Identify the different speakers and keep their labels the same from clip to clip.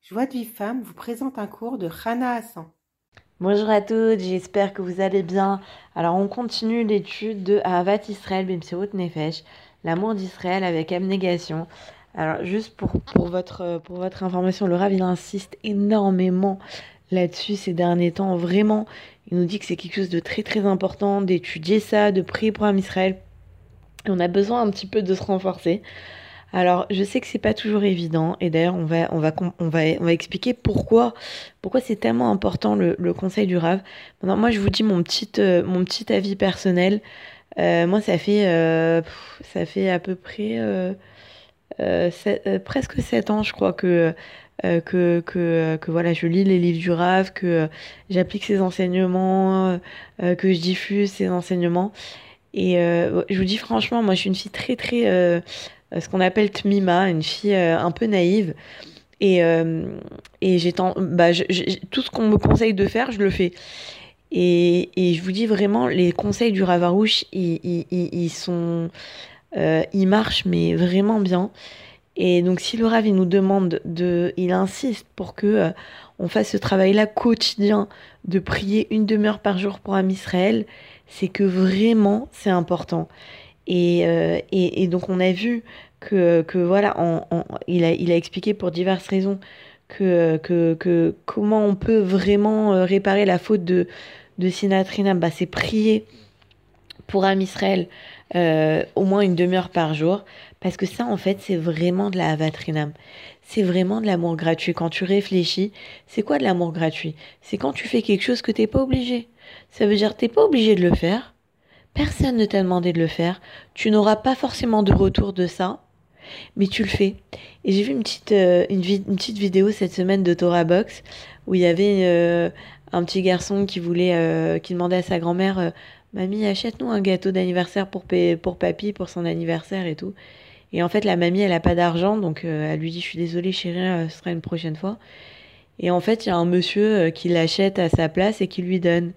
Speaker 1: Joie de Vive Femme vous présente un cours de Rana Hassan.
Speaker 2: Bonjour à toutes, j'espère que vous allez bien. Alors on continue l'étude de Ahavat Israël B'Msirut Nefesh, l'amour d'Israël avec abnégation. Alors juste pour votre information, le Rav il insiste énormément là-dessus ces derniers temps. Vraiment, il nous dit que c'est quelque chose de très très important d'étudier ça, de prier pour Israël. Et on a besoin un petit peu de se renforcer. Alors, je sais que c'est pas toujours évident, et d'ailleurs, on va expliquer pourquoi c'est tellement important le conseil du Rav. Maintenant, moi, je vous dis mon petit avis personnel. Moi, ça fait à peu près presque 7 ans, je crois, que voilà, je lis les livres du Rav, que j'applique ses enseignements, que je diffuse ses enseignements. Et je vous dis franchement, moi, je suis une fille très, très ce qu'on appelle tmima, une fille un peu naïve. Et, tout ce qu'on me conseille de faire, je le fais. Et je vous dis vraiment, les conseils du Ravarouche, ils marchent, mais vraiment bien. Et donc, si le Rav, il insiste pour que on fasse ce travail-là quotidien de prier une demi-heure par jour pour Am Israël, c'est que vraiment, c'est important. Et donc on a vu que voilà, il a expliqué pour diverses raisons que comment on peut vraiment réparer la faute de Sinat Rinam, bah, c'est prier pour Am Israël au moins une demi-heure par jour. Parce que ça, en fait, c'est vraiment de la Havat Rinam. C'est vraiment de l'amour gratuit. Quand tu réfléchis, c'est quoi de l'amour gratuit? C'est quand tu fais quelque chose que t'es pas obligé. Ça veut dire que t'es pas obligé de le faire. Personne ne t'a demandé de le faire. Tu n'auras pas forcément de retour de ça, mais tu le fais. Et j'ai vu une petite vidéo cette semaine de Torah Box où il y avait un petit garçon qui demandait à sa grand-mère Mamie, achète-nous un gâteau d'anniversaire pour papy, pour son anniversaire et tout. Et en fait, la mamie, elle a pas d'argent, donc elle lui dit, je suis désolée chérie, ce sera une prochaine fois. Et en fait, il y a un monsieur qui l'achète à sa place et qui lui donne.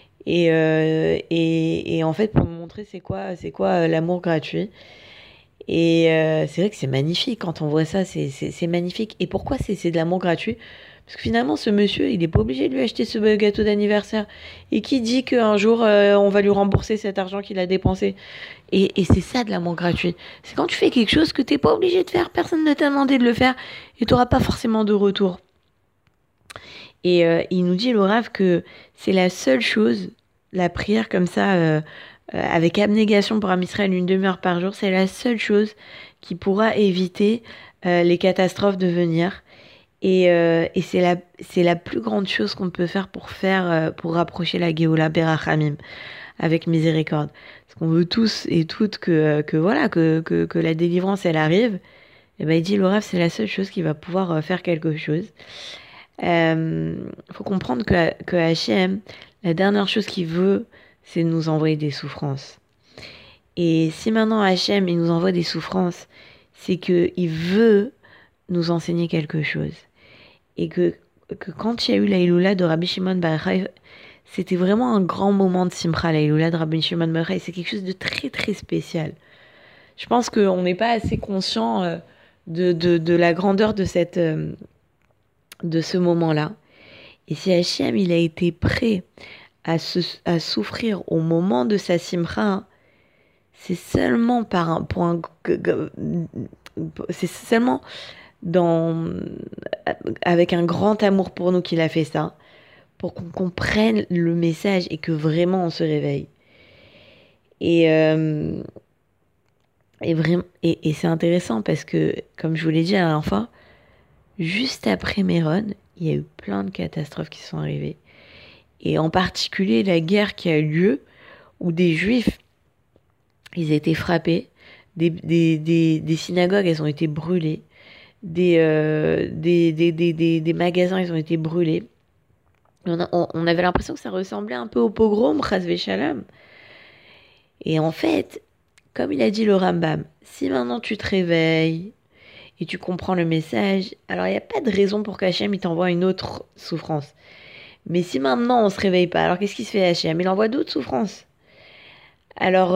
Speaker 2: Et en fait, pour me montrer c'est quoi l'amour gratuit. Et c'est vrai que c'est magnifique quand on voit ça, c'est magnifique. Et pourquoi c'est de l'amour gratuit? Parce que finalement, ce monsieur, il n'est pas obligé de lui acheter ce gâteau d'anniversaire. Et qui dit qu'un jour, on va lui rembourser cet argent qu'il a dépensé? Et c'est ça de l'amour gratuit. C'est quand tu fais quelque chose que tu n'es pas obligé de faire, personne ne t'a demandé de le faire, et tu n'auras pas forcément de retour. Et il nous dit, le Rav, que c'est la seule chose, la prière comme ça, avec abnégation pour Am Israël une demi-heure par jour, c'est la seule chose qui pourra éviter les catastrophes de venir. Et c'est la plus grande chose qu'on peut faire pour rapprocher la Géoula Berachamim avec miséricorde. Parce qu'on veut tous et toutes que voilà que la délivrance elle arrive. Et ben il dit, le Rav, c'est la seule chose qui va pouvoir faire quelque chose. Faut comprendre que Hachem, la dernière chose qu'il veut, c'est nous envoyer des souffrances. Et si maintenant Hachem, il nous envoie des souffrances, c'est qu'il veut nous enseigner quelque chose. Et que quand il y a eu la Iloula de Rabbi Shimon Bar Yochai, c'était vraiment un grand moment de Simcha, la Iloula de Rabbi Shimon Bar Yochai. C'est quelque chose de très très spécial. Je pense qu'on n'est pas assez conscient de la grandeur de ce moment-là. Et si Hachem, il a été prêt à souffrir au moment de sa simcha, c'est seulement c'est seulement dans, avec un grand amour pour nous qu'il a fait ça, pour qu'on comprenne le message et que vraiment on se réveille. Et, euh, et c'est intéressant parce que, comme je vous l'ai dit la dernière fois, juste après Méron, il y a eu plein de catastrophes qui sont arrivées. Et en particulier la guerre qui a eu lieu, où des juifs, ils étaient frappés, des synagogues, elles ont été brûlées, des magasins, ils ont été brûlés. On avait l'impression que ça ressemblait un peu au pogrom, Chas Shalom. Et en fait, comme il a dit le Rambam, si maintenant tu te réveilles et tu comprends le message, alors il n'y a pas de raison pour qu'Hachem il t'envoie une autre souffrance. Mais si maintenant on se réveille pas, alors qu'est-ce qui se fait Hachem? Il envoie d'autres souffrances. Alors,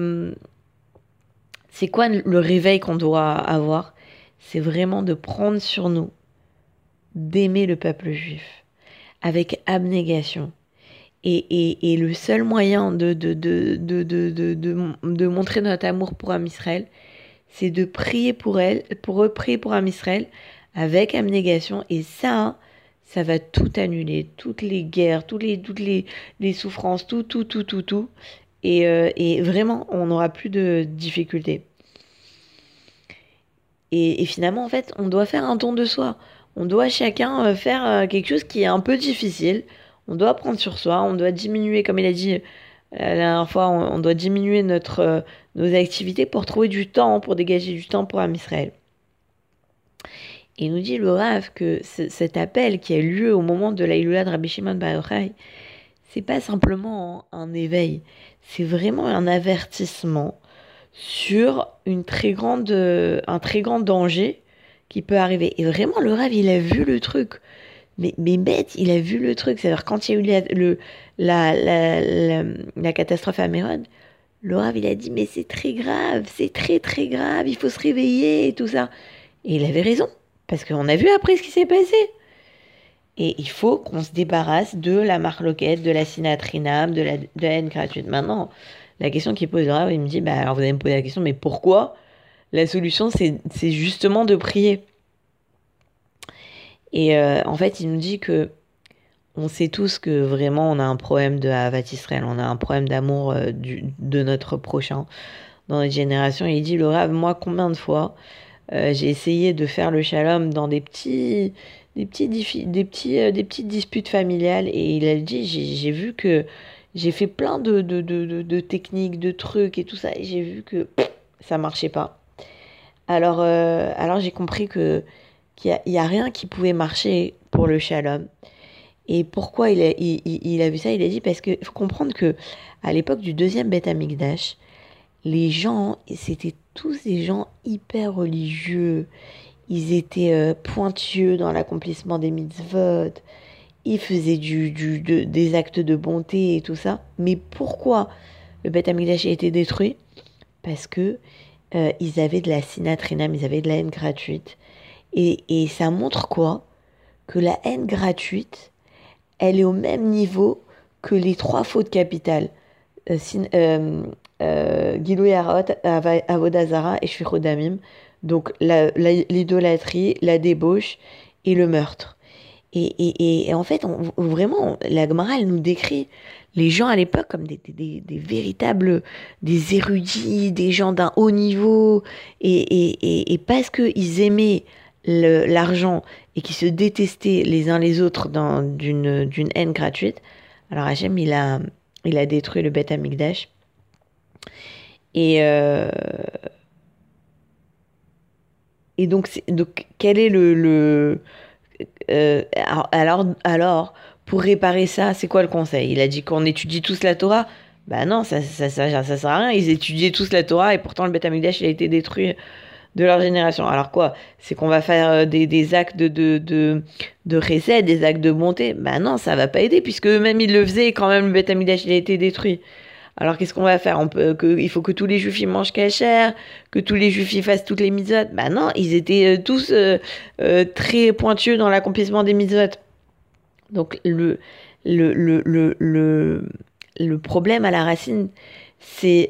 Speaker 2: c'est quoi le réveil qu'on doit avoir? C'est vraiment de prendre sur nous d'aimer le peuple juif avec abnégation. Et le seul moyen de montrer notre amour pour Am Israël, c'est de prier pour elle, pour eux, prier pour Am Israël avec abnégation. Et ça va tout annuler, toutes les guerres, les souffrances, tout. Et vraiment, on n'aura plus de difficultés. Et finalement, en fait, on doit faire un don de soi. On doit chacun faire quelque chose qui est un peu difficile. On doit prendre sur soi, on doit diminuer, comme il a dit la dernière fois, on doit diminuer nos activités pour trouver du temps, pour dégager du temps pour Am Israël. Et il nous dit le Rav que cet appel qui a eu lieu au moment de la Hilula de Rabbi Shimon Bar Yochai, c'est pas simplement un éveil, c'est vraiment un avertissement sur un très grand danger qui peut arriver. Et vraiment, le Rav, il a vu le truc. Mais bête, il a vu le truc. C'est-à-dire, quand il y a eu la catastrophe à Méron, le Rav, il a dit, mais c'est très grave, c'est très très grave, il faut se réveiller et tout ça. Et il avait raison, parce qu'on a vu après ce qui s'est passé. Et il faut qu'on se débarrasse de la marloquette, de la sinatrinam, de la haine gratuite. Maintenant, la question qu'il pose le Rav, il me dit, bah alors vous allez me poser la question, mais pourquoi? La solution, c'est justement de prier. Et en fait, il nous dit que on sait tous que vraiment on a un problème de Ahavat Israël, on a un problème d'amour de notre prochain dans notre génération. Et il dit, le Rav, moi, combien de fois j'ai essayé de faire le shalom dans des petites disputes familiales, et il a dit, j'ai vu que j'ai fait plein de techniques, de trucs et tout ça, et j'ai vu que ça marchait pas. Alors j'ai compris qu'il y a rien qui pouvait marcher pour le shalom. Et pourquoi il a vu ça? Il a dit parce qu'il faut comprendre que à l'époque du deuxième Beth Amikdash, les gens, c'était tous des gens hyper religieux. Ils étaient pointueux dans l'accomplissement des mitzvot. Ils faisaient des actes de bonté et tout ça. Mais pourquoi le Beth Amikdash a été détruit? Parce que ils avaient de la sinatrinam, ils avaient de la haine gratuite. Et ça montre quoi? Que la haine gratuite, elle est au même niveau que les 3 fautes capitales. Gilui Arot, Avodah Zara et Shfichut Damim. Donc l'idolâtrie, la débauche et le meurtre. Et en fait, vraiment, la Gemara, elle nous décrit les gens à l'époque comme des véritables, des érudits, des gens d'un haut niveau. Et parce qu'ils aimaient l'argent et qu'ils se détestaient les uns les autres d'une haine gratuite, alors Hachem, il a détruit le Beth Amikdash. Et donc, quel est alors, pour réparer ça, c'est quoi le conseil? Il a dit qu'on étudie tous la Torah. Bah non, ça sert à rien. Ils étudiaient tous la Torah et pourtant le Beth Amikdash, il a été détruit de leur génération. Alors quoi? C'est qu'on va faire des actes de recette, des actes de bonté? Bah non, ça va pas aider puisque eux-mêmes ils le faisaient et quand même le Beth Amikdash, il a été détruit. Alors qu'est-ce qu'on va faire? Il faut que tous les juifs ils mangent kasher, que tous les juifs ils fassent toutes les mitzvot. Bah non, ils étaient tous très pointueux dans l'accomplissement des mitzvot. Donc le problème à la racine, c'est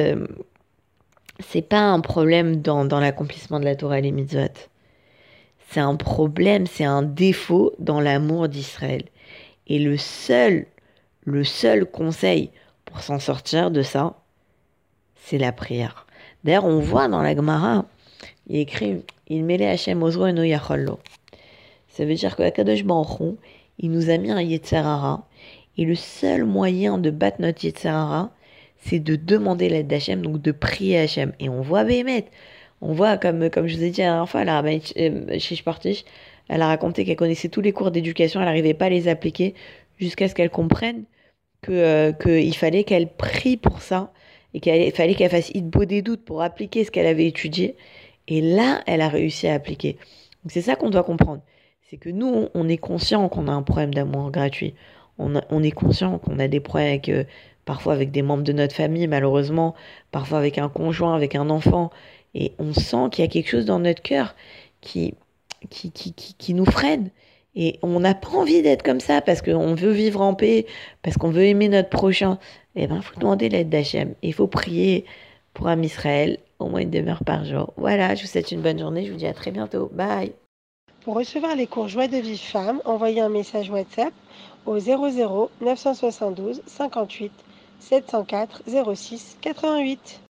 Speaker 2: pas un problème dans l'accomplissement de la Torah et les mitzvot. C'est un problème, c'est un défaut dans l'amour d'Israël. Et le seul conseil pour s'en sortir de ça, c'est la prière. D'ailleurs, on voit dans la Gemara, il écrit il mêlait Hachem Ozro eno yachollo. Ça veut dire que Akadosh Baruch Hu, il nous a mis un Yetzer Hara, et le seul moyen de battre notre Yetzer Hara, c'est de demander l'aide d'Hachem, donc de prier Hachem. Et on voit Béhémet, on voit comme je vous ai dit la dernière fois, la rabbinite Shish Partish, elle a raconté qu'elle connaissait tous les cours d'éducation, elle n'arrivait pas à les appliquer jusqu'à ce qu'elle comprenne qu'il fallait qu'elle prie pour ça et qu'il fallait qu'elle fasse hitbo des doutes pour appliquer ce qu'elle avait étudié. Et là, elle a réussi à appliquer. Donc c'est ça qu'on doit comprendre. C'est que nous, on est conscient qu'on a un problème d'amour gratuit. On est conscient qu'on a des problèmes parfois avec des membres de notre famille, malheureusement, parfois avec un conjoint, avec un enfant. Et on sent qu'il y a quelque chose dans notre cœur qui qui nous freinent. Et on n'a pas envie d'être comme ça parce qu'on veut vivre en paix, parce qu'on veut aimer notre prochain. Eh ben, il faut demander l'aide d'Hachem. Il faut prier pour un Israël au moins une demi-heure par jour. Voilà, je vous souhaite une bonne journée. Je vous dis à très bientôt. Bye.
Speaker 1: Pour recevoir les cours Joie de vivre femme, envoyez un message WhatsApp au 00 972 58 704 06 88.